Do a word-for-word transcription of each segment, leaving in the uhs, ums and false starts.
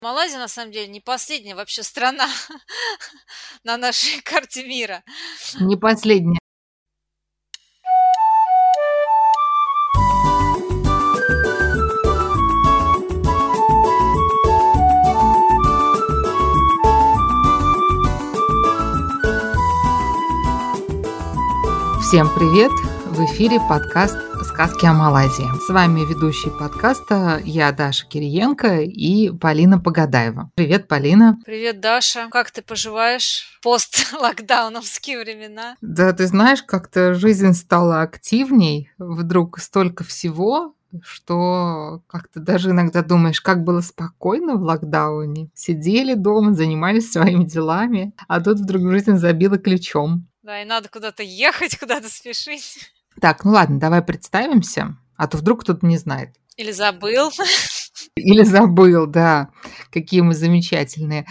Малайзия, на самом деле, не последняя вообще страна на нашей карте мира. Не последняя. Всем привет! В эфире подкаст «Сказки о Малайзии». С вами ведущий подкаста я, Даша Кириенко, и Полина Погадаева. Привет, Полина. Привет, Даша. Как ты поживаешь в пост-локдауновские времена? Да, ты знаешь, как-то жизнь стала активней. Вдруг столько всего, что как-то даже иногда думаешь, как было спокойно в локдауне. Сидели дома, занимались своими делами, а тут вдруг жизнь забила ключом. Да, и надо куда-то ехать, куда-то спешить. Так, ну ладно, давай представимся, а то вдруг кто-то не знает. Или забыл. Или забыл, да, какие мы замечательные.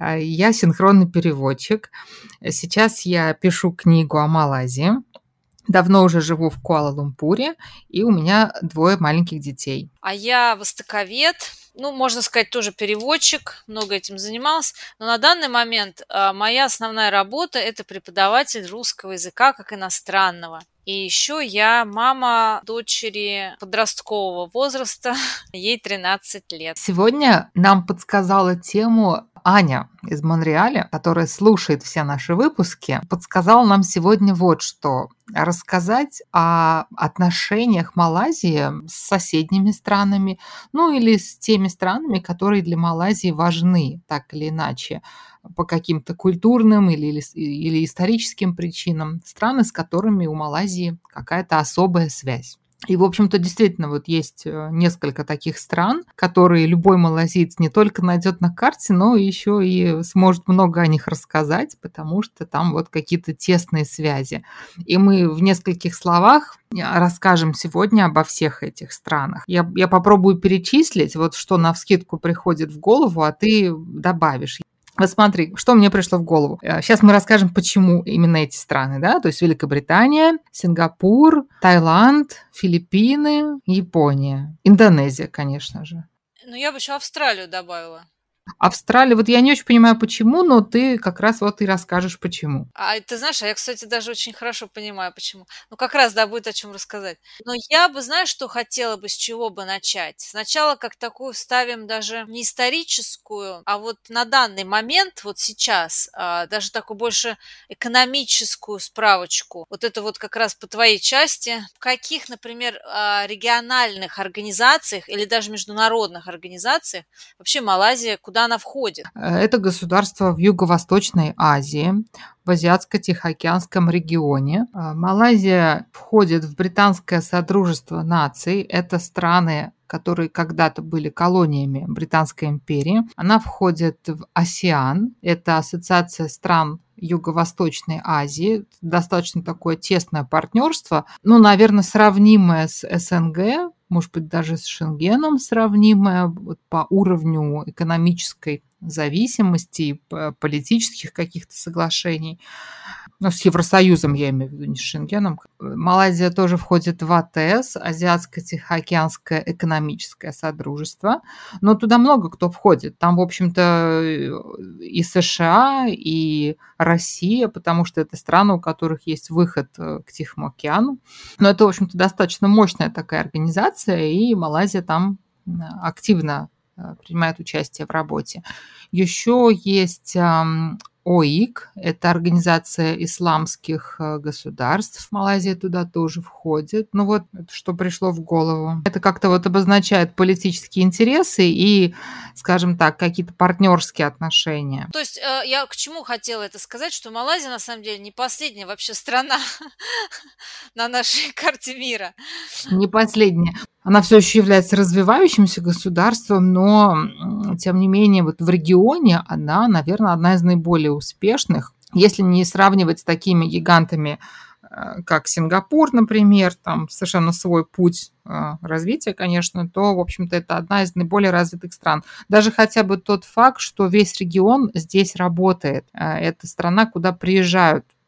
Я синхронный переводчик. Сейчас я пишу книгу о Малайзии. Давно уже живу в Куала-Лумпуре, и у меня двое маленьких детей. А я востоковед, ну, можно сказать, тоже переводчик, много этим занималась. Но на данный момент а, моя основная работа– это преподаватель русского языка как иностранного. И еще я мама дочери подросткового возраста, ей тринадцать лет. Сегодня нам подсказала тему Аня из Монреаля, которая слушает все наши выпуски, подсказала нам сегодня вот что. Рассказать о отношениях Малайзии с соседними странами, ну или с теми странами, которые для Малайзии важны, так или иначе, по каким-то культурным или, или, или историческим причинам, страны, с которыми у Малайзии какая-то особая связь. И, в общем-то, действительно, вот есть несколько таких стран, которые любой малазиец не только найдет на карте, но еще и сможет много о них рассказать, потому что там вот какие-то тесные связи. И мы в нескольких словах расскажем сегодня обо всех этих странах. Я, я попробую перечислить, вот что навскидку приходит в голову, а ты добавишь. Вот смотри, что мне пришло в голову. Сейчас мы расскажем, почему именно эти страны, да, то есть Великобритания, Сингапур, Таиланд, Филиппины, Япония, Индонезия, конечно же. Ну, я бы еще Австралию добавила. Австралия, вот я не очень понимаю, почему, но ты как раз вот и расскажешь, почему. А ты знаешь, а я, кстати, даже очень хорошо понимаю, почему. Ну, как раз, да, будет о чем рассказать. Но я бы, знаешь, что хотела бы, с чего бы начать? Сначала как такую вставим даже не историческую, а вот на данный момент, вот сейчас, а, даже такую больше экономическую справочку. Вот это вот как раз по твоей части. В каких, например, а, региональных организациях или даже международных организациях вообще Малайзия, куда она входит? Это государство в Юго-Восточной Азии, в Азиатско-Тихоокеанском регионе. Малайзия входит в Британское Содружество наций. Это страны, которые когда-то были колониями Британской империи. Она входит в АСЕАН. Это ассоциация стран Юго-Восточной Азии. Достаточно такое тесное партнерство. Ну, наверное, сравнимое с СНГ, может быть, даже с Шенгеном сравнимое вот по уровню экономической зависимости и политических каких-то соглашений. Ну, с Евросоюзом, я имею в виду, не с Шенгеном. Малайзия тоже входит в АТС, Азиатско-Тихоокеанское экономическое содружество. Но туда много кто входит. Там, в общем-то, и США, и Россия, потому что это страны, у которых есть выход к Тихому океану. Но это, в общем-то, достаточно мощная такая организация, и Малайзия там активно принимает участие в работе. Еще есть ОИК, это Организация исламских государств. Малайзия туда тоже входит. Ну вот, что пришло в голову. Это как-то вот обозначает политические интересы и, скажем так, какие-то партнерские отношения. То есть я к чему хотела это сказать, что Малайзия на самом деле не последняя вообще страна на нашей карте мира. Не последняя. Она все еще является развивающимся государством, но, тем не менее, вот в регионе она, наверное, одна из наиболее успешных, если не сравнивать с такими гигантами, как Сингапур, например, там совершенно свой путь развития, конечно, то, в общем-то, это одна из наиболее развитых стран. Даже хотя бы тот факт, что весь регион здесь работает. Это страна, куда приезжают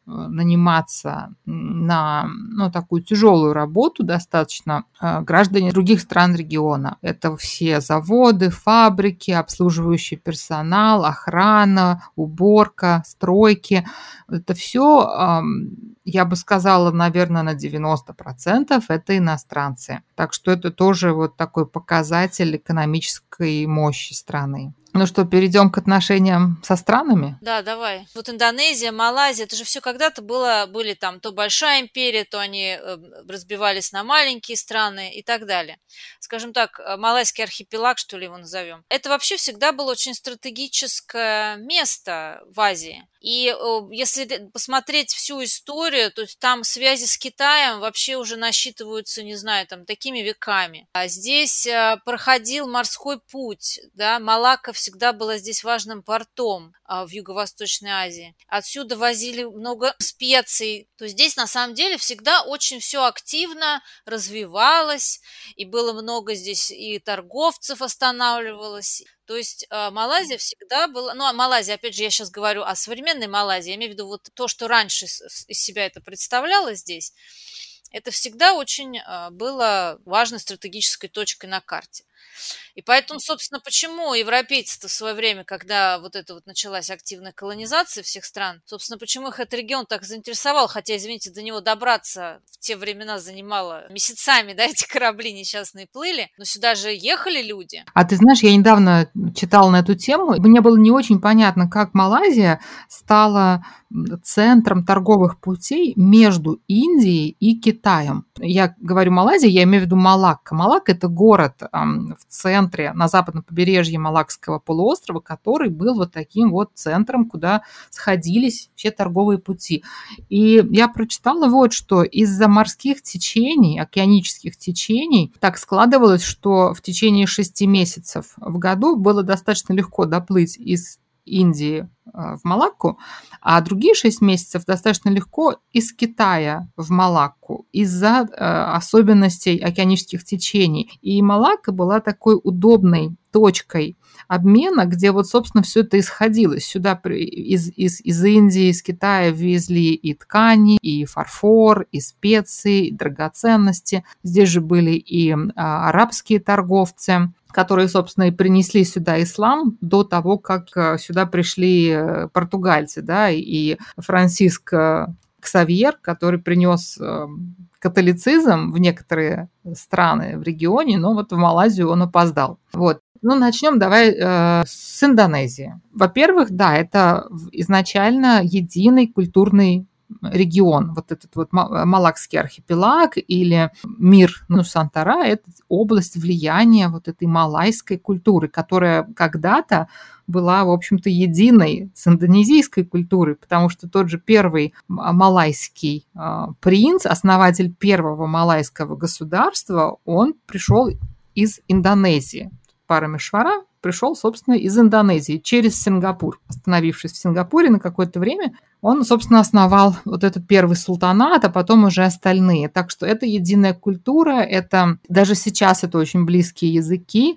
наниматься на, ну, такую тяжелую работу достаточно граждане других стран региона. Это все заводы, фабрики, обслуживающий персонал, охрана, уборка, стройки. Это все, я бы сказала, наверное, на девяносто процентов это иностранцы. Так что это тоже вот такой показатель экономической мощи страны. Ну что, перейдем к отношениям со странами? Да, давай. Вот Индонезия, Малайзия, это же все когда-то было, были там то большая империя, то они э, разбивались на маленькие страны и так далее. Скажем так, э, Малайский архипелаг, что ли его назовем. Это вообще всегда было очень стратегическое место в Азии. И э, если посмотреть всю историю, то там связи с Китаем вообще уже насчитываются, не знаю, там такими веками. А здесь э, проходил морской путь, да, Малакка всегда была здесь важным портом а, в Юго-Восточной Азии. Отсюда возили много специй. То есть здесь на самом деле всегда очень все активно развивалось, и было много здесь и торговцев останавливалось. То есть э, Малайзия всегда была... Ну, а Малайзия, опять же, я сейчас говорю о современной Малайзии, я имею в виду вот то, что раньше из себя это представляло здесь, это всегда очень э, было важной стратегической точкой на карте. И поэтому, собственно, почему европейцы-то в свое время, когда вот это вот началась активная колонизация всех стран, собственно, почему их этот регион так заинтересовал, хотя, извините, до него добраться в те времена занимало месяцами, да, эти корабли несчастные плыли, но сюда же ехали люди. А ты знаешь, я недавно читала на эту тему, и мне было не очень понятно, как Малайзия стала центром торговых путей между Индией и Китаем. Я говорю Малайзия, я имею в виду Малакка. Малакка – это город в центре, на западном побережье Малакского полуострова, который был вот таким вот центром, куда сходились все торговые пути. И я прочитала вот что. Из-за морских течений, океанических течений, так складывалось, что в течение шести месяцев в году было достаточно легко доплыть из Индии в Малакку, а другие шесть месяцев достаточно легко из Китая в Малакку из-за э, особенностей океанических течений. И Малакка была такой удобной точкой обмена, где вот, собственно, все это исходило. Сюда из, из, из Индии, из Китая везли и ткани, и фарфор, и специи, и драгоценности. Здесь же были и а, арабские торговцы, которые, собственно, и принесли сюда ислам до того, как сюда пришли португальцы, да, и Франсиск Ксавьер, который принес католицизм в некоторые страны в регионе, но вот в Малайзию он опоздал. Вот. Ну, начнем давай э, с Индонезии. Во-первых, да, это изначально единый культурный регион, вот этот вот Малакский архипелаг или мир Нусантара – это область влияния вот этой малайской культуры, которая когда-то была, в общем-то, единой с индонезийской культурой, потому что тот же первый малайский принц, основатель первого малайского государства, он пришел из Индонезии. Парамешвара пришел, собственно, из Индонезии через Сингапур. Остановившись в Сингапуре на какое-то время, он, собственно, основал вот этот первый султанат, а потом уже остальные. Так что это единая культура, это даже сейчас это очень близкие языки.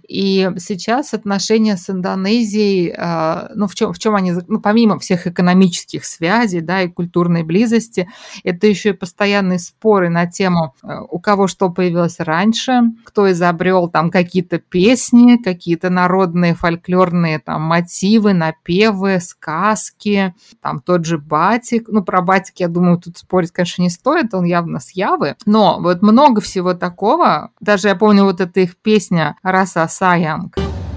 И сейчас отношения с Индонезией, ну, в чем, в чем они, ну, помимо всех экономических связей, да, и культурной близости, это еще и постоянные споры на тему, у кого что появилось раньше, кто изобрел там какие-то песни, какие-то народные фольклорные там мотивы, напевы, сказки, там тот же Батик. Ну, про Батик, я думаю, тут спорить, конечно, не стоит, он явно с Явы. Но вот много всего такого. Даже я помню вот эта их песня «Раса Саянг».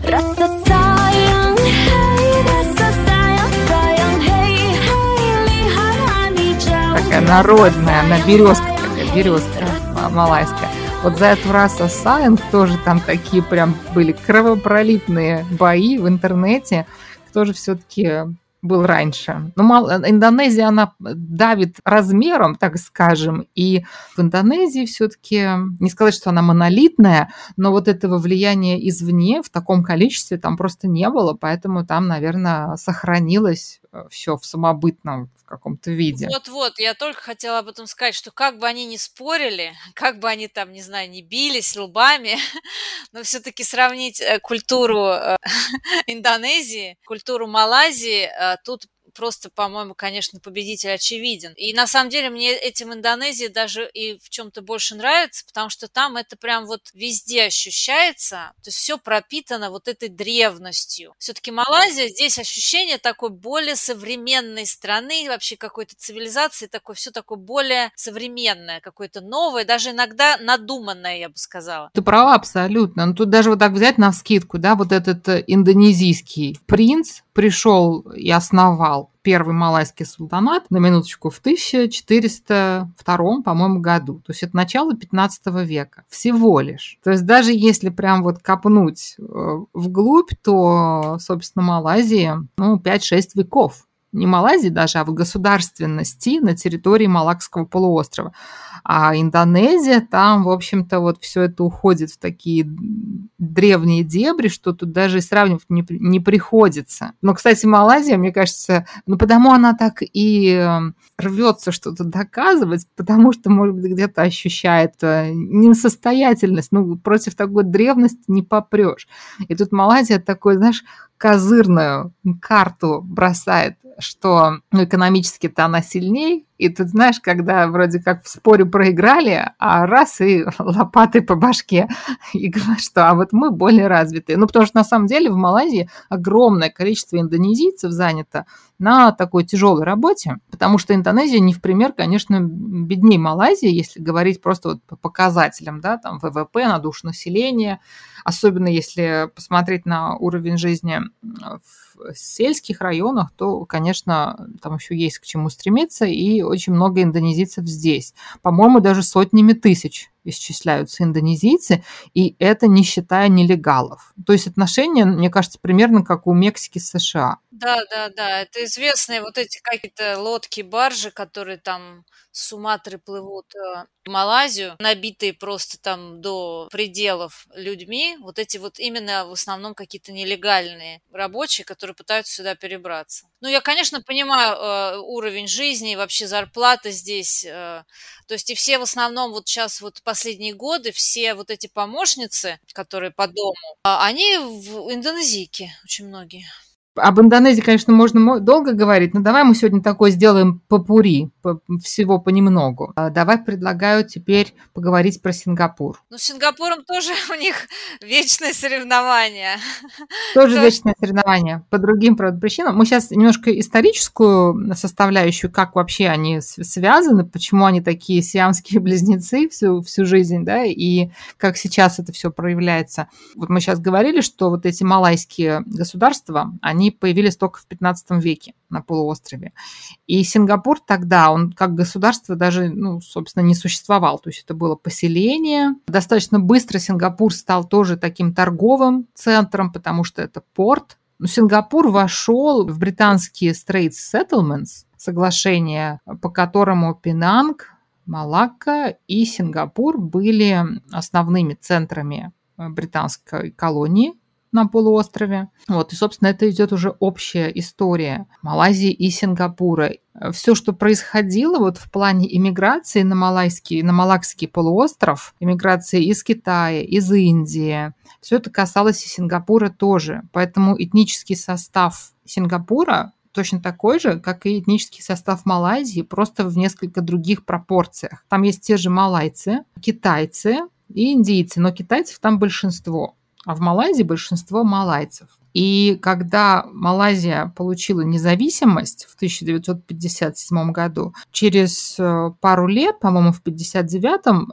Такая народная, она березка такая, березка малайская. Вот за эту «Раса Саянг» тоже там такие прям были кровопролитные бои в интернете. Кто же все-таки был раньше? Ну, Индонезия, она давит размером, так скажем, и в Индонезии все-таки, не сказать, что она монолитная, но вот этого влияния извне в таком количестве там просто не было, поэтому там, наверное, сохранилось все в самобытном в каком-то виде. Вот-вот, я только хотела об этом сказать, что как бы они ни спорили, как бы они там, не знаю, не бились лбами, но все-таки сравнить культуру Индонезии, культуру Малайзии, тут просто, по-моему, конечно, победитель очевиден. И на самом деле мне этим Индонезия даже и в чем-то больше нравится, потому что там это прям вот везде ощущается, то есть все пропитано вот этой древностью. Все-таки Малайзия, здесь ощущение такой более современной страны, вообще какой-то цивилизации, такой, все такое более современное, какое-то новое, даже иногда надуманное, я бы сказала. Ты права абсолютно. Ну, тут даже вот так взять навскидку, да, вот этот э, индонезийский принц пришел и основал первый малайский султанат, на минуточку, в тысяча четыреста втором, по-моему, году. То есть это начало пятнадцатого века. Всего лишь. То есть даже если прям вот копнуть э, вглубь, то, собственно, Малайзия, ну, пять-шесть веков. Не Малайзии даже, а в государственности на территории Малакского полуострова. А Индонезия, там, в общем-то, вот все это уходит в такие древние дебри, что тут даже и сравнивать не, не приходится. Но, кстати, Малайзия, мне кажется, ну, потому она так и рвется что-то доказывать, потому что, может быть, где-то ощущает несостоятельность. Ну, против такой древности не попрешь. И тут Малайзия такой, знаешь, козырную карту бросает, что ну, экономически-то она сильней. И тут, знаешь, когда вроде как в споре проиграли, а раз и лопатой по башке. И говорят, что а вот мы более развитые. Ну, потому что на самом деле в Малайзии огромное количество индонезийцев занято на такой тяжелой работе, потому что Индонезия не в пример, конечно, бедней Малайзии, если говорить просто вот по показателям, да, там вэ вэ пэ на душу населения, особенно если посмотреть на уровень жизни в сельских районах, то, конечно, там еще есть к чему стремиться, и очень много индонезийцев здесь. По-моему, даже сотнями тысяч исчисляются индонезийцы, и это не считая нелегалов. То есть отношения, мне кажется, примерно как у Мексики с США. Да, да, да, это известные вот эти какие-то лодки, баржи, которые там с Суматры плывут э, в Малайзию, набитые просто там до пределов людьми. Вот эти вот именно в основном какие-то нелегальные рабочие, которые пытаются сюда перебраться. Ну, я, конечно, понимаю э, уровень жизни и вообще зарплаты здесь. Э, то есть и все в основном вот сейчас вот последние годы, все вот эти помощницы, которые по дому, а, они в индонезийке очень многие. Об Индонезии, конечно, можно долго говорить, но давай мы сегодня такое сделаем попурри, всего понемногу. Давай предлагаю теперь поговорить про Сингапур. Ну, с Сингапуром тоже у них вечное соревнование. Тоже вечное соревнование по другим, правда, причинам. Мы сейчас немножко историческую составляющую, как вообще они связаны, почему они такие сиамские близнецы всю, всю жизнь, да, и как сейчас это все проявляется. Вот мы сейчас говорили, что вот эти малайские государства, они появились только в пятнадцатом веке на полуострове. И Сингапур тогда, он как государство даже, ну, собственно, не существовал. То есть это было поселение. Достаточно быстро Сингапур стал тоже таким торговым центром, потому что это порт. Но Сингапур вошел в британские Straits Settlements, соглашение, по которому Пенанг, Малакка и Сингапур были основными центрами британской колонии на полуострове. Вот, и, собственно, это идет уже общая история Малайзии и Сингапура. Все, что происходило вот в плане иммиграции на Малайский, на Малакский полуостров, иммиграции из Китая, из Индии, все это касалось и Сингапура тоже. Поэтому этнический состав Сингапура точно такой же, как и этнический состав Малайзии, просто в несколько других пропорциях. Там есть те же малайцы, китайцы и индийцы, но китайцев там большинство. А в Малайзии большинство малайцев. И когда Малайзия получила независимость в тысяча девятьсот пятьдесят седьмом году, через пару лет, по-моему, в пятьдесят девятом,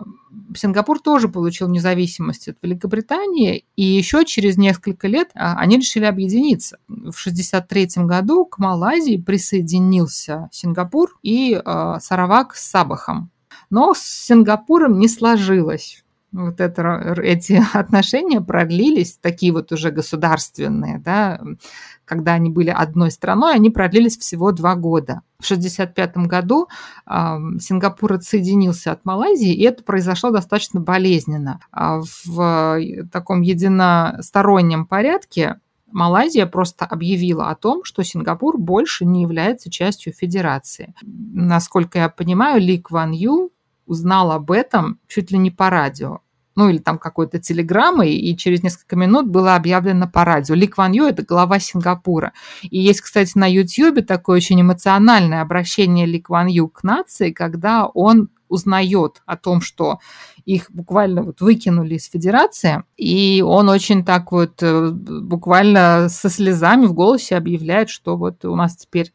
Сингапур тоже получил независимость от Великобритании, и еще через несколько лет они решили объединиться. В шестьдесят третьем году к Малайзии присоединился Сингапур и Саравак с Сабахом. Но с Сингапуром не сложилось. Вот это, эти отношения продлились, такие вот уже государственные, да, когда они были одной страной, они продлились всего два года. В шестьдесят пятом году э, Сингапур отсоединился от Малайзии, и это произошло достаточно болезненно. А в таком единостороннем порядке Малайзия просто объявила о том, что Сингапур больше не является частью федерации. Насколько я понимаю, Ли Кван Ю узнал об этом чуть ли не по радио. ну или там какой-то телеграммой, и через несколько минут было объявлено по радио. Ли Кван Ю – это глава Сингапура. И есть, кстати, на Ютьюбе такое очень эмоциональное обращение Ли Кван Ю к нации, когда он узнает о том, что их буквально вот выкинули из Федерации, и он очень так вот буквально со слезами в голосе объявляет, что вот у нас теперь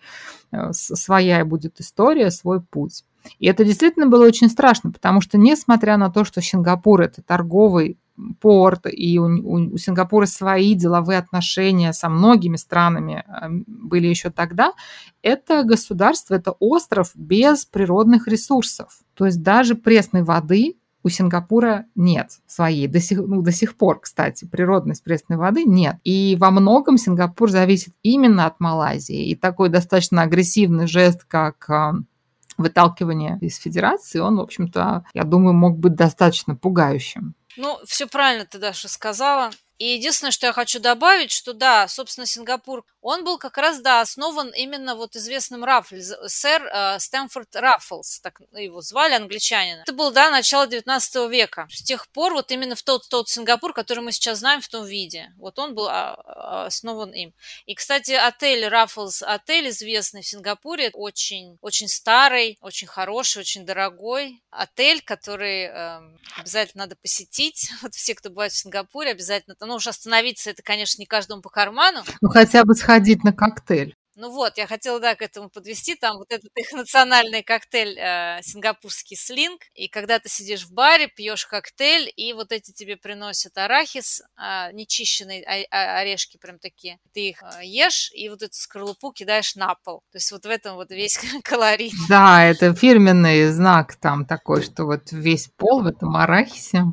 своя будет история, свой путь. И это действительно было очень страшно, потому что, несмотря на то, что Сингапур – это торговый порт, и у, у, у Сингапура свои деловые отношения со многими странами были еще тогда, это государство, это остров без природных ресурсов. То есть даже пресной воды у Сингапура нет своей. До сих, ну, до сих пор, кстати, природной пресной воды нет. И во многом Сингапур зависит именно от Малайзии. И такой достаточно агрессивный жест, как выталкивание из Федерации, он, в общем-то, я думаю, мог быть достаточно пугающим. Ну, все правильно ты, Даша, сказала. И единственное, что я хочу добавить, что да, собственно, Сингапур, он был как раз, да, основан именно вот известным Раффлс, сэр э, Стэнфорд Раффлс, так его звали, англичанина. Это был, да, начало девятнадцатого века. С тех пор вот именно в тот, тот Сингапур, который мы сейчас знаем в том виде, вот он был а, основан им. И, кстати, отель Раффлс, отель известный в Сингапуре, очень, очень старый, очень хороший, очень дорогой отель, который э, обязательно надо посетить. Вот все, кто бывает в Сингапуре, обязательно. Ну уж остановиться, это, конечно, не каждому по карману. Ну, хотя бы сходить на коктейль. Ну вот, я хотела, да, к этому подвести. Там вот этот их национальный коктейль э, сингапурский слинг. И когда ты сидишь в баре, пьешь коктейль, и вот эти тебе приносят арахис, э, нечищенные орешки прям такие. Ты их э, ешь, и вот эту скорлупу кидаешь на пол. То есть вот в этом вот весь колорит. Да, это фирменный знак там такой, что вот весь пол в этом арахисе.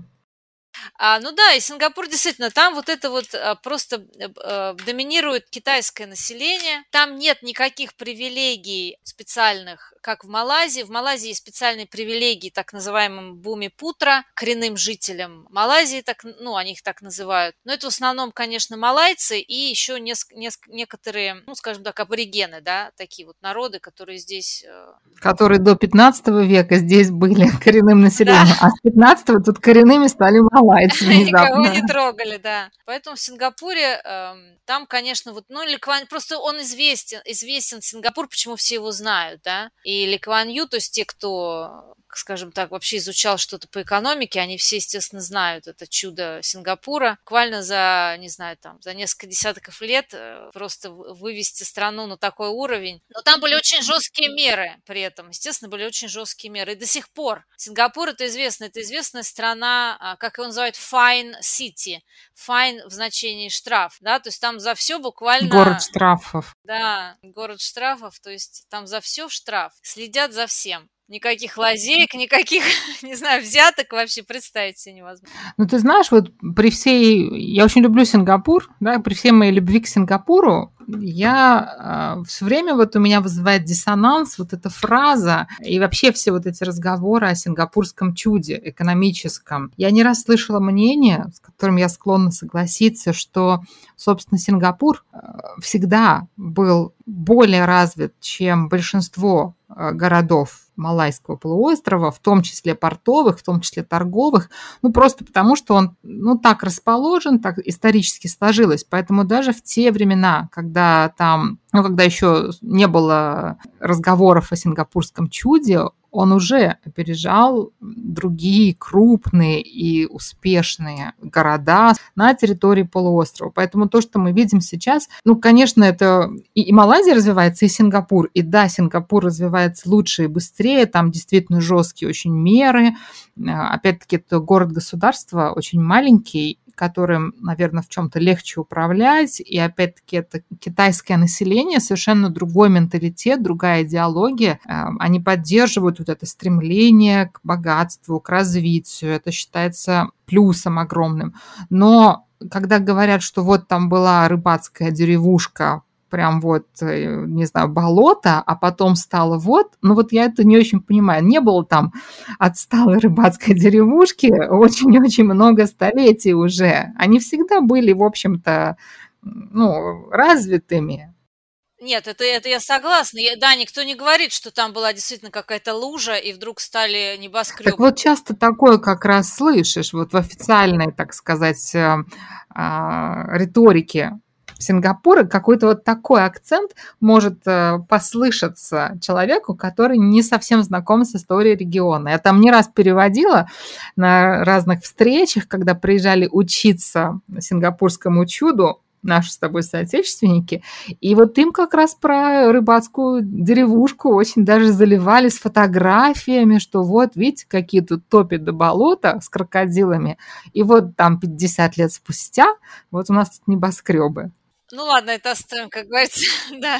А, ну да, и Сингапур действительно, там вот это вот а, просто а, доминирует китайское население. Там нет никаких привилегий специальных, как в Малайзии. В Малайзии есть специальные привилегии так называемым буми-путра, коренным жителям Малайзии, так, ну, они их так называют. Но это в основном, конечно, малайцы и еще неск- неск- некоторые, ну, скажем так, аборигены, да, такие вот народы, которые здесь... Которые до пятнадцатого века здесь были коренным населением, да. А с пятнадцатого тут коренными стали малайцы внезапно. Никого не трогали, да. Поэтому в Сингапуре э, там, конечно, вот, ну, Ли Кван, просто он известен, известен Сингапур, почему все его знают, да. И Ли Кван Ю, то есть те, кто, скажем так, вообще изучал что-то по экономике, они все, естественно, знают это чудо Сингапура. Буквально за, не знаю, там, за несколько десятков лет просто вывести страну на такой уровень. Но там были очень жесткие меры при этом, естественно, были очень жесткие меры. И до сих пор Сингапур, это известно, это известная страна, как его называют, fine city. Fine в значении штраф, да, то есть там за все буквально... Город штрафов. Да, город штрафов, то есть там за все штраф. Следят за всем. Никаких лазеек, никаких, не знаю, взяток вообще представить себе невозможно. Ну, ты знаешь, вот при всей... Я очень люблю Сингапур, да, при всей моей любви к Сингапуру, я э, все время вот у меня вызывает диссонанс вот эта фраза и вообще все вот эти разговоры о сингапурском чуде экономическом. Я не раз слышала мнение, с которым я склонна согласиться, что, собственно, Сингапур э, всегда был более развит, чем большинство э, городов Малайского полуострова, в том числе портовых, в том числе торговых, ну, просто потому, что он, ну, так расположен, так исторически сложилось. Поэтому даже в те времена, когда там, ну, когда еще не было разговоров о сингапурском чуде, он уже опережал другие крупные и успешные города на территории полуострова. Поэтому то, что мы видим сейчас, ну, конечно, это и, и Малайзия развивается, и Сингапур. И да, Сингапур развивается лучше и быстрее, там действительно жесткие очень меры. Опять-таки, это город-государство очень маленький, которым, наверное, в чем-то легче управлять. И опять-таки это китайское население, совершенно другой менталитет, другая идеология. Они поддерживают вот это стремление к богатству, к развитию. Это считается плюсом огромным. Но когда говорят, что вот там была рыбацкая деревушка, прям вот, не знаю, болото, а потом стало вот, ну вот я это не очень понимаю. Не было там отсталой рыбацкой деревушки очень-очень много столетий уже. Они всегда были, в общем-то, ну, развитыми. Нет, это это я согласна. Я да, никто не говорит, что там была действительно какая-то лужа и вдруг стали Так небоскрёбы. вот часто такое как раз слышишь вот в официальной, так сказать, э, а, риторике Сингапура. Какой-то вот такой акцент может, э, послышаться человеку, который не совсем знаком с историей региона. Я там не раз переводила на разных встречах, когда приезжали учиться сингапурскому чуду наши с тобой соотечественники. И вот им как раз про рыбацкую деревушку очень даже заливали с фотографиями, что вот, видите, какие тут топи до болота с крокодилами. И вот там пятьдесят лет спустя вот у нас тут небоскребы. Ну ладно, это оставим, как говорится, да.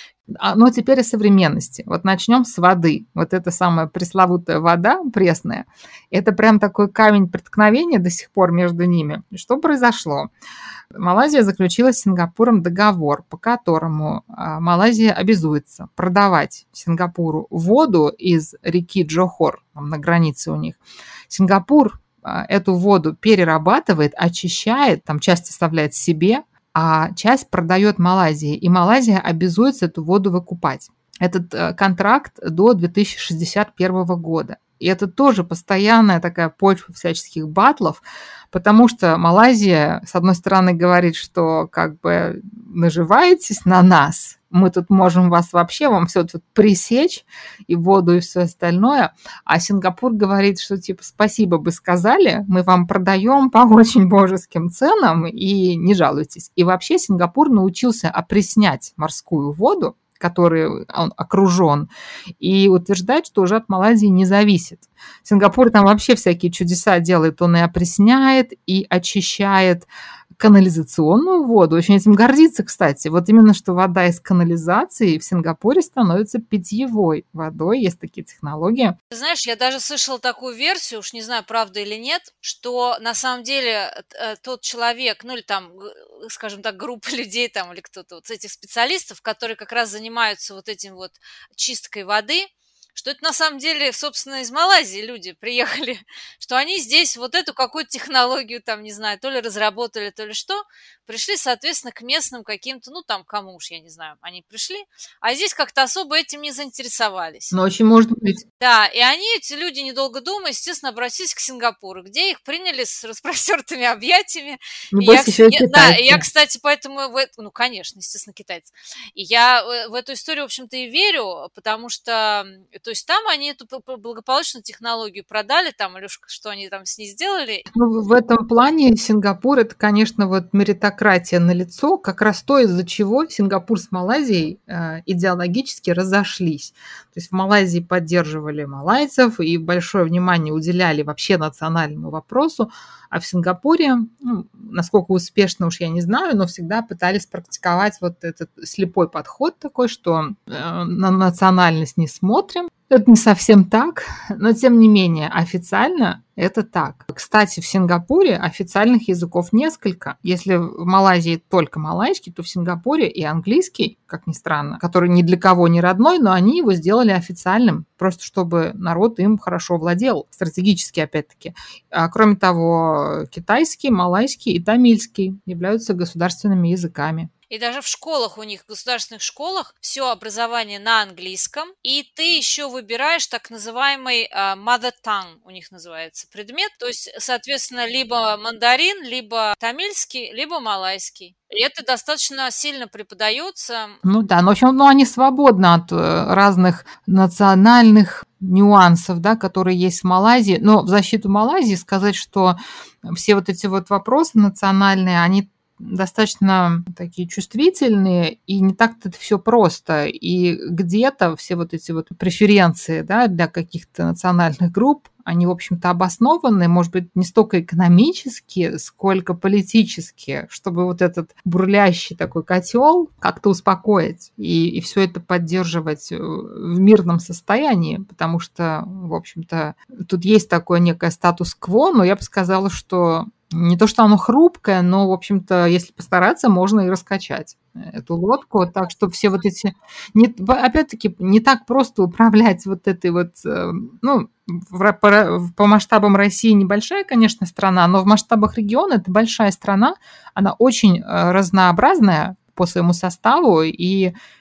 А, но теперь о современности. Вот начнем с воды. Вот эта самая пресловутая вода пресная, это прям такой камень преткновения до сих пор между ними. Что произошло? Малайзия заключила с Сингапуром договор, по которому а, Малайзия обязуется продавать Сингапуру воду из реки Джохор, там на границе у них. Сингапур а, эту воду перерабатывает, очищает, там часть оставляет себе, а часть продает Малайзии, и Малайзия обязуется эту воду выкупать. Этот э, контракт до две тысячи шестьдесят первого года. И это тоже постоянная такая почва всяческих батлов, потому что Малайзия, с одной стороны, говорит, что как бы наживаетесь на нас, мы тут можем вас вообще, вам все тут пресечь, и воду, и все остальное. А Сингапур говорит, что типа спасибо бы сказали, мы вам продаем по очень божеским ценам, и не жалуйтесь. И вообще Сингапур научился опреснять морскую воду, которой он окружен, и утверждает, что уже от Малайзии не зависит. Сингапур там вообще всякие чудеса делает, он и опресняет, и очищает канализационную воду. Очень этим гордится, кстати. Вот именно, что вода из канализации в Сингапуре становится питьевой водой. Есть такие технологии. Ты знаешь, я даже слышала такую версию, уж не знаю, правда или нет, что на самом деле э, тот человек, ну или там, г- скажем так, группа людей там или кто-то вот этих специалистов, которые как раз занимаются вот этим вот чисткой воды, что это на самом деле, собственно, из Малайзии люди приехали, что они здесь вот эту какую-то технологию там, не знаю, то ли разработали, то ли что, пришли, соответственно, к местным каким-то, ну там, кому уж, я не знаю, они пришли, а здесь как-то особо этим не заинтересовались. Но очень может быть. Да, и они, эти люди, недолго думая, естественно, обратились к Сингапуру, где их приняли с распростертыми объятиями. И я, Небось, кс- еще и я- да, и я, китайцы. кстати, поэтому, в эт- ну, конечно, естественно, китайцы. И я э, в эту историю, в общем-то, и верю, потому что, м, то есть там они эту п- п- благополучную технологию продали, там, или уж что они там с ней сделали. Ну, в этом плане Сингапур – это, конечно, вот меритократия налицо, как раз то, из-за чего Сингапур с Малайзией э, идеологически разошлись. То есть в Малайзии поддерживали малайцев и большое внимание уделяли вообще национальному вопросу, а в Сингапуре, ну, насколько успешно уж я не знаю, но всегда пытались практиковать вот этот слепой подход такой, что э, на национальность не смотрим. Это не совсем так, но тем не менее официально это так. Кстати, в Сингапуре официальных языков несколько. Если в Малайзии только малайский, то в Сингапуре и английский, как ни странно, который ни для кого не родной, но они его сделали официальным, просто чтобы народ им хорошо владел, стратегически опять-таки. А кроме того, китайский, малайский и тамильский являются государственными языками. И даже в школах у них, в государственных школах, все образование на английском, и ты еще выбираешь так называемый а, mother tongue, у них называется предмет, то есть, соответственно, либо мандарин, либо тамильский, либо малайский. И это достаточно сильно преподается. Ну да, ну, в общем, ну, они свободны от э, разных национальных нюансов, да, которые есть в Малайзии. Но в защиту Малайзии сказать, что все вот эти вот вопросы национальные, они достаточно такие чувствительные, и не так-то это все просто. И где-то все вот эти вот преференции, да, для каких-то национальных групп, они, в общем-то, обоснованы, может быть, не столько экономически, сколько политически, чтобы вот этот бурлящий такой котел как-то успокоить и, и все это поддерживать в мирном состоянии, потому что, в общем-то, тут есть такое некое статус-кво, но я бы сказала, что не то, что оно хрупкое, но, в общем-то, если постараться, можно и раскачать эту лодку, так что все вот эти... Не, опять-таки, не так просто управлять вот этой вот... Ну, в, по, по масштабам России небольшая, конечно, страна, но в масштабах региона это большая страна, она очень разнообразная по своему составу, и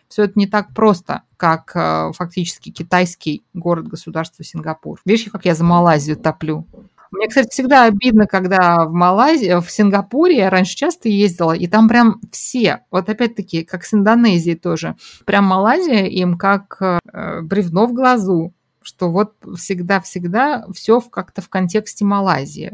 Все это не так просто, как э, фактически китайский город-государство Сингапур. Видишь, как я за Малайзию топлю? Мне, кстати, всегда обидно, когда в Малайзии, в Сингапуре я раньше часто ездила, и там прям все, вот опять-таки, как с Индонезией тоже, прям Малайзия им как э, бревно в глазу, что вот всегда-всегда все как-то в контексте Малайзии.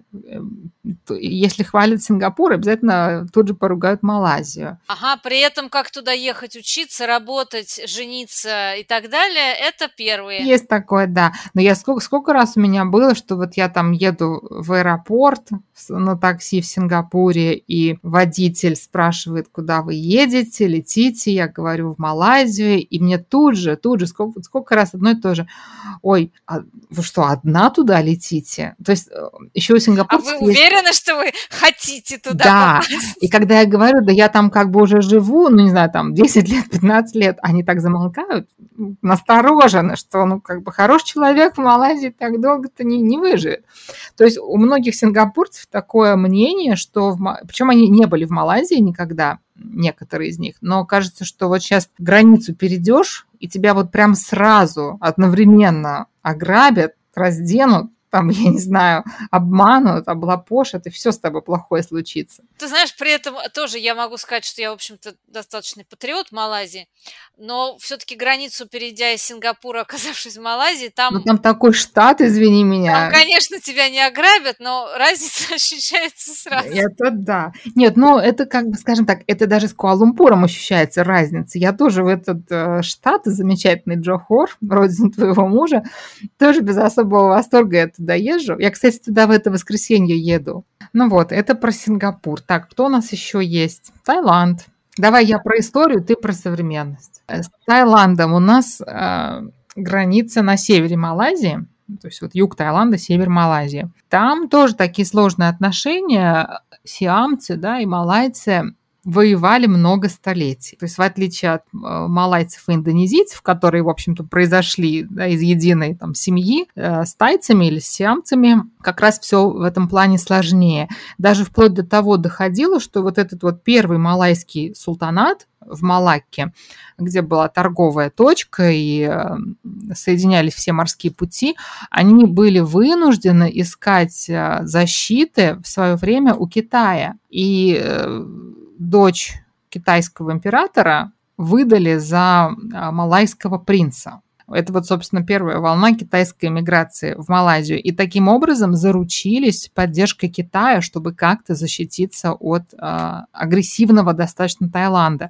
Если хвалят Сингапур, обязательно тут же поругают Малайзию. Ага, при этом как туда ехать, учиться, работать, жениться и так далее, это первые. Есть такое, да. Но я сколько, сколько раз у меня было, что вот я там еду в аэропорт на такси в Сингапуре, и водитель спрашивает, куда вы едете, летите, я говорю, в Малайзию, и мне тут же, тут же, сколько, сколько раз одно и то же. Ой, а вы что, одна туда летите? То есть еще у сингапурцев А вы есть... уверены, что вы хотите туда Да, попасть? И когда я говорю, да я там как бы уже живу, ну не знаю, там десять лет, пятнадцать лет, они так замолкают, настороженно, что ну как бы хороший человек в Малайзии так долго-то не, не выживет. То есть у многих сингапурцев такое мнение, что... В... Причем они не были в Малайзии никогда, некоторые из них, но кажется, что вот сейчас границу перейдешь, и тебя вот прям сразу одновременно ограбят, разденут, там, я не знаю, обманут, облапошат, и все с тобой плохое случится. Ты знаешь, при этом тоже я могу сказать, что я, в общем-то, достаточный патриот Малайзии, но все-таки границу, перейдя из Сингапура, оказавшись в Малайзии, там... Ну, там такой штат, извини меня. Там, конечно, тебя не ограбят, но разница ощущается сразу. Это да. Нет, ну, это как бы, скажем так, это даже с Куала-Лумпуром ощущается разница. Я тоже в этот э, штат, замечательный Джохор, родину твоего мужа, тоже без особого восторга я туда езжу. Я, кстати, туда в это воскресенье еду. Ну вот, это про Сингапур. Так, кто у нас еще есть? Таиланд. Давай я про историю, ты про современность. С Таиландом у нас э, граница на севере Малайзии, то есть вот юг Таиланда, север Малайзии. Там тоже такие сложные отношения. Сиамцы, да, и малайцы воевали много столетий. То есть в отличие от э, малайцев и индонезийцев, которые, в общем-то, произошли да, из единой там, семьи, э, с тайцами или с сиамцами как раз все в этом плане сложнее. Даже вплоть до того доходило, что вот этот вот первый малайский султанат в Малакке, где была торговая точка и э, соединялись все морские пути, они были вынуждены искать э, защиты в свое время у Китая. И э, дочь китайского императора выдали за малайского принца. Это вот, собственно, первая волна китайской эмиграции в Малайзию. И таким образом заручились поддержкой Китая, чтобы как-то защититься от э, агрессивного достаточно Таиланда.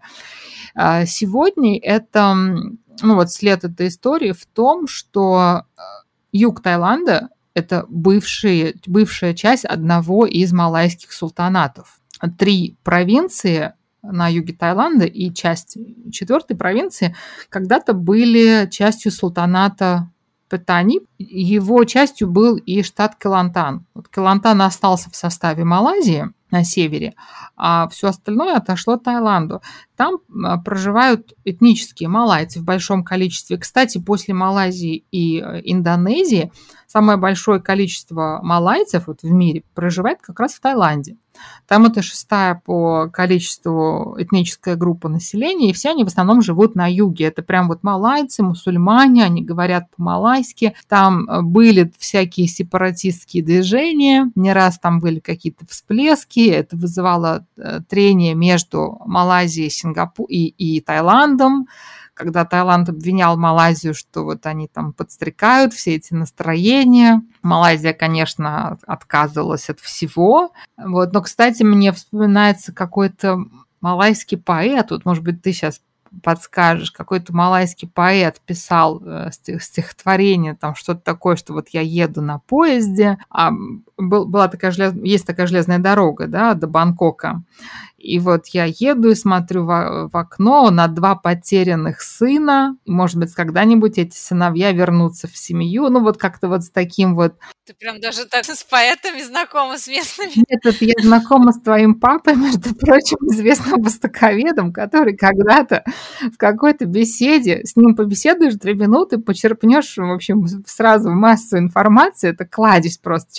Э, сегодня это, ну вот след этой истории в том, что юг Таиланда – это бывшие, бывшая часть одного из малайских султанатов. Три провинции на юге Таиланда и часть четвертой провинции когда-то были частью султаната Паттани. Его частью был и штат Келантан. Вот Келантан остался в составе Малайзии на севере, а все остальное отошло Таиланду. Там проживают этнические малайцы в большом количестве. Кстати, после Малайзии и Индонезии самое большое количество малайцев вот в мире проживает как раз в Таиланде. Там это шестая по количеству этническая группа населения, и все они в основном живут на юге. Это прям вот малайцы, мусульмане, они говорят по-малайски. Там были всякие сепаратистские движения, не раз там были какие-то всплески, это вызывало трение между Малайзией, Сингапуром и, и Таиландом, когда Таиланд обвинял Малайзию, что вот они там подстрекают все эти настроения. Малайзия, конечно, отказывалась от всего. Вот. Но, кстати, мне вспоминается какой-то малайский поэт, вот, может быть, ты сейчас подскажешь, какой-то малайский поэт писал стихотворение, там что-то такое, что вот я еду на поезде, а был, была такая желез... есть такая железная дорога, да, до Бангкока. И вот я еду и смотрю в, в окно на два потерянных сына. И, может быть, когда-нибудь эти сыновья вернутся в семью. Ну, вот как-то вот с таким вот... Ты прям даже так с поэтами знакома, с местными? Нет, это я знакома с твоим папой, между прочим, известным востоковедом, который когда-то в какой-то беседе, с ним побеседуешь две минуты, почерпнешь, в общем, сразу массу информации. Это кладезь просто человек.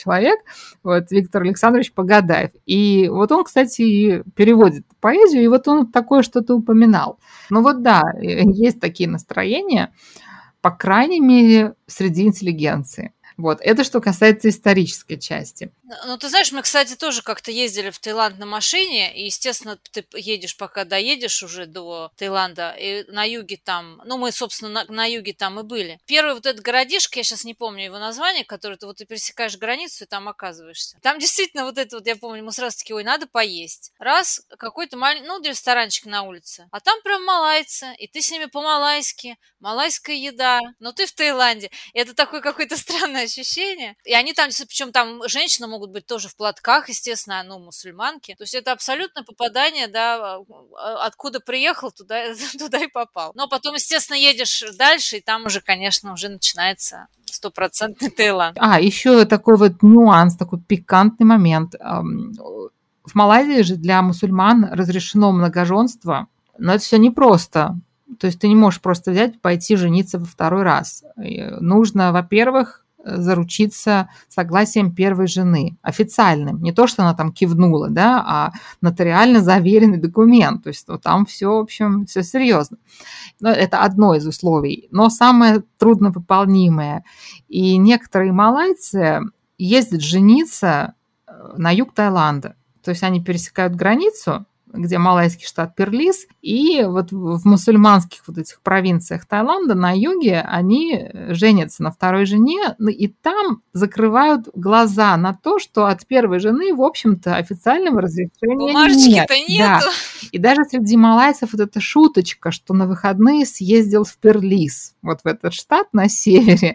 вот Виктор Александрович Погадаев. И вот он, кстати, и переводит поэзию, и вот он такое что-то упоминал. Ну вот да, есть такие настроения, по крайней мере, среди интеллигенции. Вот. Это что касается исторической части. Ну, ты знаешь, мы, кстати, тоже как-то ездили в Таиланд на машине, и, естественно, ты едешь, пока доедешь уже до Таиланда, и на юге там, ну, мы, собственно, на, на юге там и были. Первый вот этот городишко, я сейчас не помню его название, который ты вот ты пересекаешь границу и там оказываешься. Там действительно вот это вот, я помню, мы сразу такие, ой, надо поесть. Раз, какой-то маленький, ну, ресторанчик на улице, а там прям малайцы, и ты с ними по-малайски, малайская еда, но ты в Таиланде. И это такое какое-то странное ощущение. И они там, причем там женщины могут быть тоже в платках, естественно, ну, мусульманки. То есть это абсолютно попадание, да, откуда приехал, туда, туда и попал. Но потом, естественно, едешь дальше, и там уже, конечно, уже начинается стопроцентный Таиланд. А, еще такой вот нюанс, такой пикантный момент. В Малайзии же для мусульман разрешено многоженство, но это все непросто. То есть ты не можешь просто взять, пойти жениться во второй раз. Нужно, во-первых, заручиться согласием первой жены, официальным. Не то, что она там кивнула, да, а нотариально заверенный документ. То есть ну, там все, в общем, все серьезно. Но это одно из условий. Но самое трудновыполнимое. И некоторые малайцы ездят жениться на юг Таиланда. То есть они пересекают границу, где малайский штат Перлис, и вот в мусульманских вот этих провинциях Таиланда на юге они женятся на второй жене, и там закрывают глаза на то, что от первой жены, в общем-то, официального разрешения Бумажечки-то нет. нету. Да. И даже среди малайцев вот эта шуточка, что на выходные съездил в Перлис, вот в этот штат на севере,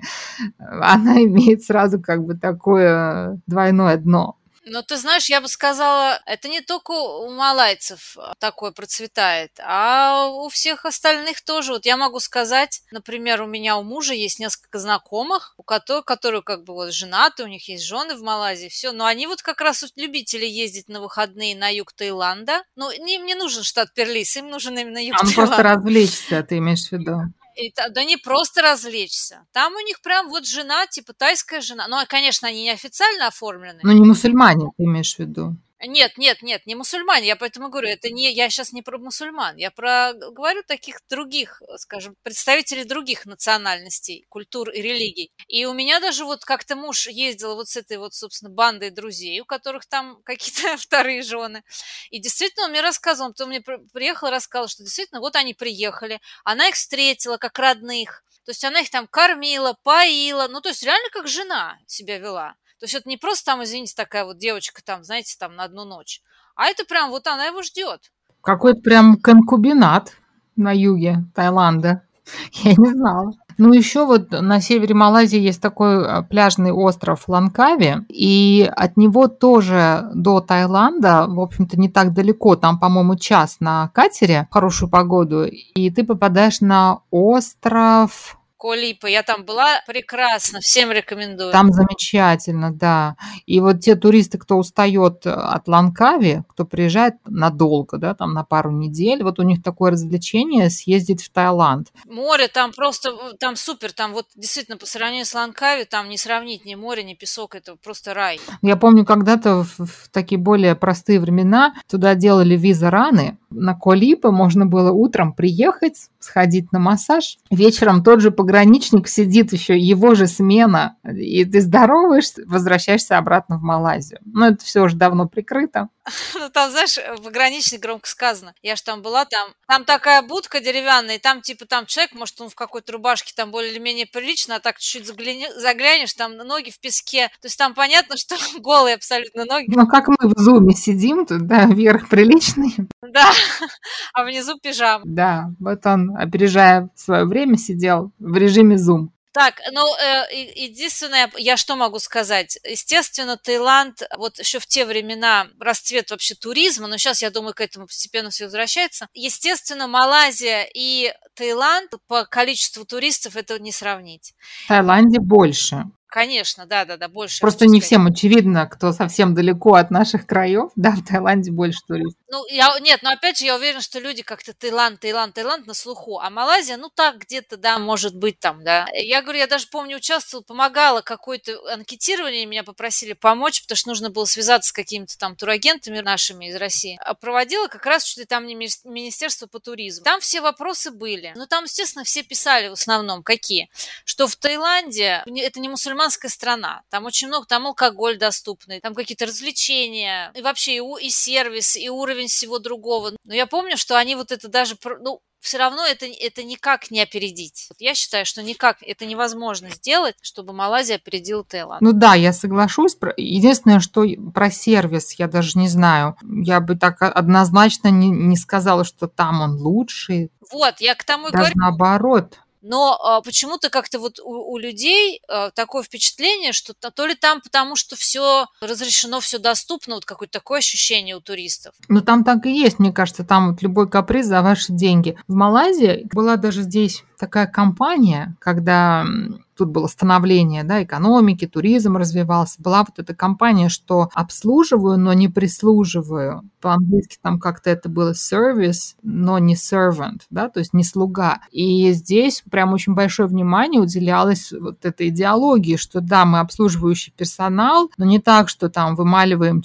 она имеет сразу как бы такое двойное дно. Ну, ты знаешь, я бы сказала, это не только у малайцев такое процветает, а у всех остальных тоже. Вот я могу сказать, например, у меня у мужа есть несколько знакомых, у которых, которые как бы вот женаты, у них есть жены в Малайзии, все, но они вот как раз вот любители ездить на выходные на юг Таиланда. Ну, им не нужен штат Перлис, им нужен именно юг а ну, Таиланда. Просто развлечься, ты имеешь в виду? И, да не просто развлечься. Там у них прям вот жена, типа тайская жена. Ну, конечно, они не официально оформлены. Ну, не мусульмане, ты имеешь в виду? Нет, нет, нет, не мусульмане, я поэтому говорю, это не, я сейчас не про мусульман, я про, говорю таких других, скажем, представителей других национальностей, культур и религий. И у меня даже вот как-то муж ездил вот с этой вот, собственно, бандой друзей, у которых там какие-то вторые жены. И действительно он мне рассказывал, он потом мне приехал и рассказал, что действительно вот они приехали, она их встретила как родных, то есть она их там кормила, поила, ну то есть реально как жена себя вела. То есть это не просто там, извините, такая вот девочка там, знаете, там на одну ночь, а это прям вот она его ждет. Какой-то прям конкубинат на юге Таиланда. Я не знала. Ну, еще вот на севере Малайзии есть такой пляжный остров Лангкави, и от него тоже до Таиланда, в общем-то, не так далеко, там, по-моему, час на катере в хорошую погоду, и ты попадаешь на остров... Коа Липа, я там была, прекрасно, всем рекомендую. Там замечательно, да. И вот те туристы, кто устает от Лангкави, кто приезжает надолго, да, там на пару недель, вот у них такое развлечение съездить в Таиланд. Море там просто, там супер, там вот действительно по сравнению с Лангкави, там не сравнить ни море, ни песок, это просто рай. Я помню, когда-то в, в такие более простые времена туда делали виза-раны. На Коа Липа можно было утром приехать, сходить на массаж. Вечером тот же пограничник сидит еще, его же смена, и ты здороваешься, возвращаешься обратно в Малайзию. Но это все уже давно прикрыто. Ну, там, знаешь, пограничник громко сказано. Я ж там была, там, там такая будка деревянная, и там, типа, там человек, может, он в какой-то рубашке там более или менее прилично, а так чуть-чуть загляни, заглянешь, там ноги в песке. То есть там понятно, что голые абсолютно ноги. Ну, как мы в зуме сидим, тут, да, верх приличный. Да, а внизу пижама. Да, вот он, опережая свое время, сидел в режиме зум. Так, ну, э, единственное, я что могу сказать? Естественно, Таиланд, вот еще в те времена расцвет вообще туризма, но сейчас, я думаю, к этому постепенно все возвращается. Естественно, Малайзия и Таиланд по количеству туристов это не сравнить. В Таиланде больше. Конечно, да-да-да, больше. Просто не всем очевидно, кто совсем далеко от наших краев, да, в Таиланде больше туристов. Ну, я, нет, но опять же, я уверена, что люди как-то Таиланд, Таиланд, Таиланд на слуху, а Малайзия, ну так где-то, да, может быть там, да. Я говорю, я даже помню, участвовала, помогала какое-то анкетирование, меня попросили помочь, потому что нужно было связаться с какими-то там турагентами нашими из России. А проводила как раз что-то там не мини- Министерство по туризму. Там все вопросы были. Ну, там, естественно, все писали в основном, какие? Что в Таиланде не- это не мусульманская страна. Там очень много, там алкоголь доступный, там какие-то развлечения, и вообще и, у- и сервис, и уровень всего другого. Но я помню, что они вот это даже, про- ну, все равно это, это никак не опередить. Вот я считаю, что никак это невозможно сделать, чтобы Малайзия опередила Таиланд. Ну да, я соглашусь. Про- Единственное, что и про сервис я даже не знаю. Я бы так о- однозначно не, не сказала, что там он лучший. Вот, я к тому и Даже говорю. наоборот. Но а, почему-то как-то вот у, у людей а, такое впечатление, что то, то ли там потому, что все разрешено, все доступно, вот какое-то такое ощущение у туристов. Ну, там так и есть, мне кажется, там вот любой каприз за ваши деньги. В Малайзии была даже здесь такая компания, когда м, тут было становление, да, экономики, туризм развивался. Была вот эта компания, что обслуживаю, но не прислуживаю. По-английски там как-то это было service, но не servant, да, то есть не слуга. И здесь прям очень большое внимание уделялось вот этой идеологии, что да, мы обслуживающий персонал, но не так, что там вымаливаем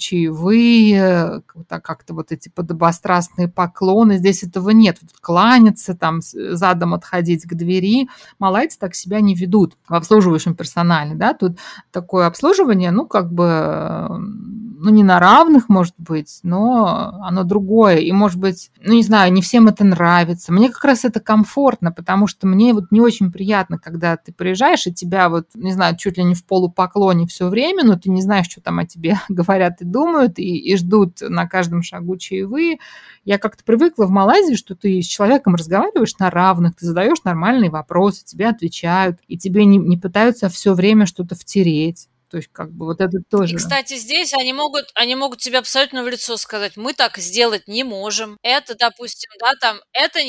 чаевые, так как-то вот эти подобострастные поклоны. Здесь этого нет. Вот кланяться, там задом отходить к двери. Малайцы так себя не ведут в обслуживающем персонале, да, тут такое обслуживание, ну, как бы, ну, не на равных, может быть, но оно другое, и, может быть, ну, не знаю, не всем это нравится. Мне как раз это комфортно, потому что мне вот не очень приятно, когда ты приезжаешь, и тебя вот, не знаю, чуть ли не в полупоклоне все время, но ты не знаешь, что там о тебе говорят и думают, и, и ждут на каждом шагу чаевые. Я как-то привыкла в Малайзии, что ты с человеком разговариваешь на равных, ты задаешь нормальные вопросы, тебе отвечают, и тебе не, не пытаются все время что-то втереть. То есть как бы вот это И, тоже. кстати, здесь они могут, они могут тебе абсолютно в лицо сказать, мы так сделать не можем. Это, допустим, да, там, это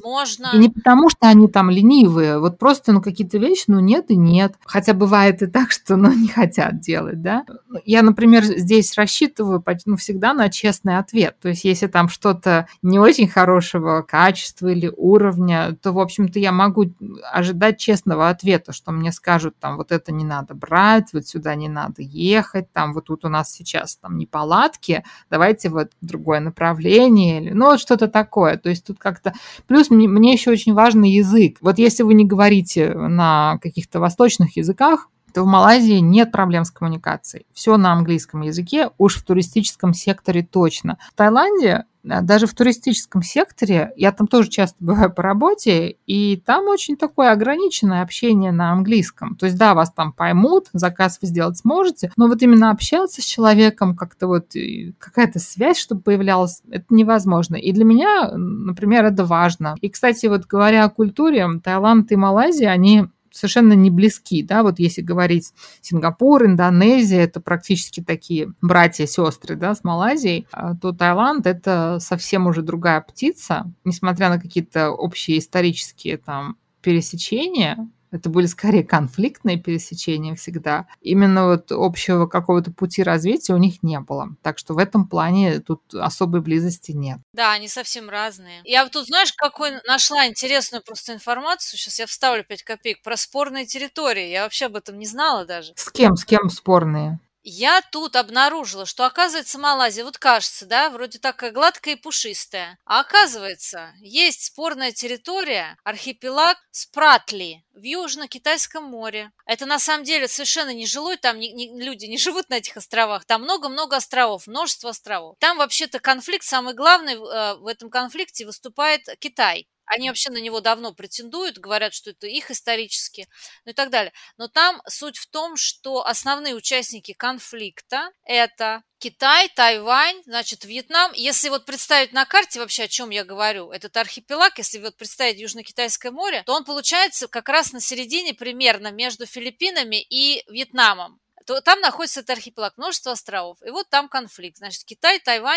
И невозможно. не потому, что они там ленивые, вот просто, ну, какие-то вещи, ну, нет и нет. Хотя бывает и так, что, ну, не хотят делать, да. Ну, я, например, здесь рассчитываю, поч- ну, всегда на честный ответ. То есть если там что-то не очень хорошего качества или уровня, то, в общем-то, я могу ожидать честного ответа, что мне скажут, там, вот это не надо брать, вот сюда не надо ехать, там, вот тут у нас сейчас там неполадки, давайте вот в другое направление, или, ну, вот что-то такое. То есть тут как-то. Плюс мне, мне еще очень важный язык. Вот если вы не говорите на каких-то восточных языках, то в Малайзии нет проблем с коммуникацией. Все на английском языке, уж в туристическом секторе точно. В Таиланде, а, даже в туристическом секторе, я там тоже часто бываю по работе, и там очень такое ограниченное общение на английском. То есть, да, вас там поймут, заказ вы сделать сможете, но вот именно общаться с человеком, как-то вот и какая-то связь, чтобы появлялась, это невозможно. И для меня, например, это важно. И, кстати, вот говоря о культуре, Таиланд и Малайзия, они совершенно не близки, да, вот если говорить Сингапур, Индонезия, это практически такие братья-сестры, да, с Малайзией, а то Таиланд это совсем уже другая птица, несмотря на какие-то общие исторические там пересечения, это были скорее конфликтные пересечения всегда. Именно вот общего какого-то пути развития у них не было. Так что в этом плане тут особой близости нет. Да, они совсем разные. Я вот тут, знаешь, какой нашла интересную просто информацию, сейчас я вставлю пять копеек, про спорные территории. Я вообще об этом не знала даже. С кем, с кем спорные? Я тут обнаружила, что, оказывается, Малайзия, вот кажется, да, вроде такая гладкая и пушистая. А оказывается, есть спорная территория, архипелаг Спратли в Южно-Китайском море. Это на самом деле совершенно не жилой, там не- не- люди не живут на этих островах. Там много-много островов, множество островов. Там вообще-то конфликт, самый главный э, в этом конфликте выступает Китай. Они вообще на него давно претендуют, говорят, что это их исторически, ну и так далее. Но там суть в том, что основные участники конфликта – это Китай, Тайвань, значит, Вьетнам. Если вот представить на карте вообще, о чем я говорю, этот архипелаг, если вот представить Южно-Китайское море, то он получается как раз на середине примерно между Филиппинами и Вьетнамом. То там находится этот архипелаг, множество островов. И вот там конфликт. Значит, Китай, Тайвань,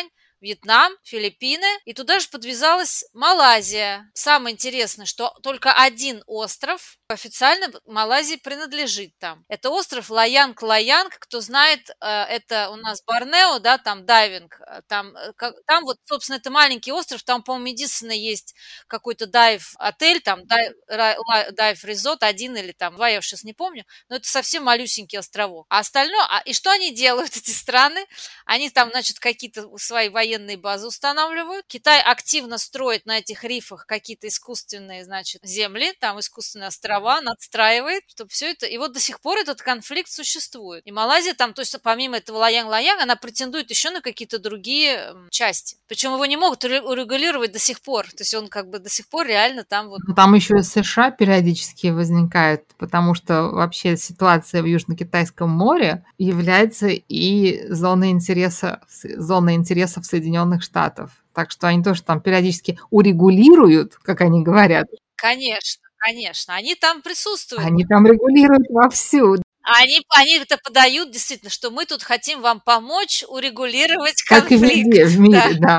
Вьетнам, Филиппины, и туда же подвязалась Малайзия. Самое интересное, что только один остров официально Малайзии принадлежит там. Это остров Лаянг-Лаянг. Кто знает, э, это у нас Борнео, да, там дайвинг. э, Там, э, как- там вот, собственно, это маленький остров, там, по-моему, единственное есть какой-то дайв-отель, там дай- ра- ла- дайв-резорт, один или там два, я уж сейчас не помню, но это совсем малюсенький островок. А остальное, а, и что они делают, эти страны? Они там, значит, какие-то свои военные базы устанавливают. Китай активно строит на этих рифах какие-то искусственные, значит, земли, там искусственные острова, надстраивает, чтобы все это... И вот до сих пор этот конфликт существует. И Малайзия там, то есть помимо этого Лаянг-Лаянг, она претендует еще на какие-то другие м, части. Причем его не могут уре- урегулировать до сих пор. То есть он как бы до сих пор реально там вот... Ну, там еще и США периодически возникают, потому что вообще ситуация в Южно-Китайском море является и зоной интереса, зоной интересов Соединенных Штатов. Так что они тоже там периодически урегулируют, как они говорят. Конечно, конечно, они там присутствуют. Они там регулируют вовсю. Они, они это подают действительно, что мы тут хотим вам помочь урегулировать Как и конфликт. везде в Да. мире, да.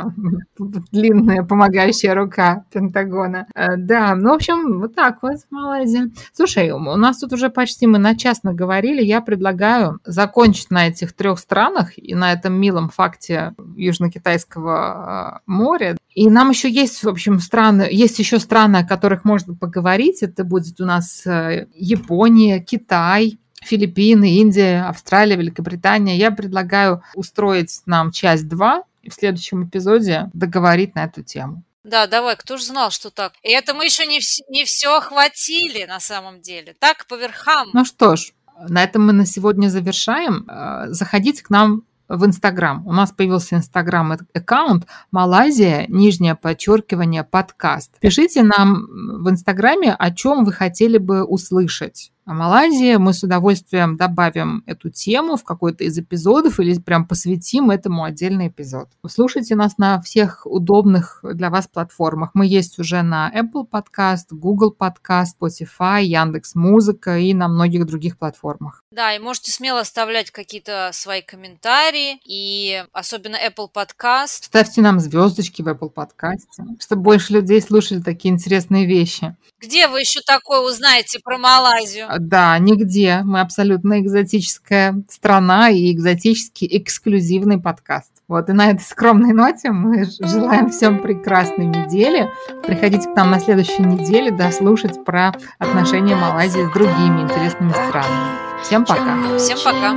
Длинная помогающая рука Пентагона. Э, Да, ну, в общем, вот так вот Малайзия. Слушай, у нас тут уже почти мы на час наговорили. Я предлагаю закончить на этих трех странах и на этом милом факте Южно-Китайского э, моря. И нам еще есть, в общем, страны, есть еще страны, о которых можно поговорить. Это будет у нас э, Япония, Китай, Филиппины, Индия, Австралия, Великобритания. Я предлагаю устроить нам часть два и в следующем эпизоде договорить на эту тему. Да, давай, кто же знал, что так? И это мы еще не, вс- не все охватили на самом деле. Так, по верхам. Ну что ж, на этом мы на сегодня завершаем. Э, Заходите к нам в Инстаграм. У нас появился Инстаграм-аккаунт Малайзия, нижнее подчеркивание, подкаст. Пишите нам в Инстаграме, о чем вы хотели бы услышать о Малайзии. Мы с удовольствием добавим эту тему в какой-то из эпизодов или прям посвятим этому отдельный эпизод. Слушайте нас на всех удобных для вас платформах. Мы есть уже на Apple Podcast, Google Podcast, Spotify, Яндекс.Музыка и на многих других платформах. Да, и можете смело оставлять какие-то свои комментарии, и особенно Apple Podcast. Ставьте нам звездочки в Apple Podcast, чтобы больше людей слушали такие интересные вещи. Где вы еще такое узнаете про Малайзию? Да, нигде. Мы абсолютно экзотическая страна и экзотический эксклюзивный подкаст. Вот, и на этой скромной ноте мы ж- желаем всем прекрасной недели. Приходите к нам на следующей неделе дослушать про отношения Малайзии с другими интересными странами. Всем пока. Всем пока.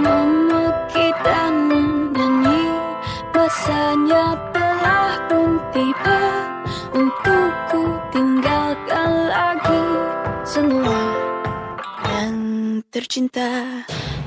Masanya telah pun tiba untuk ku tinggalkan lagi semua yang tercinta.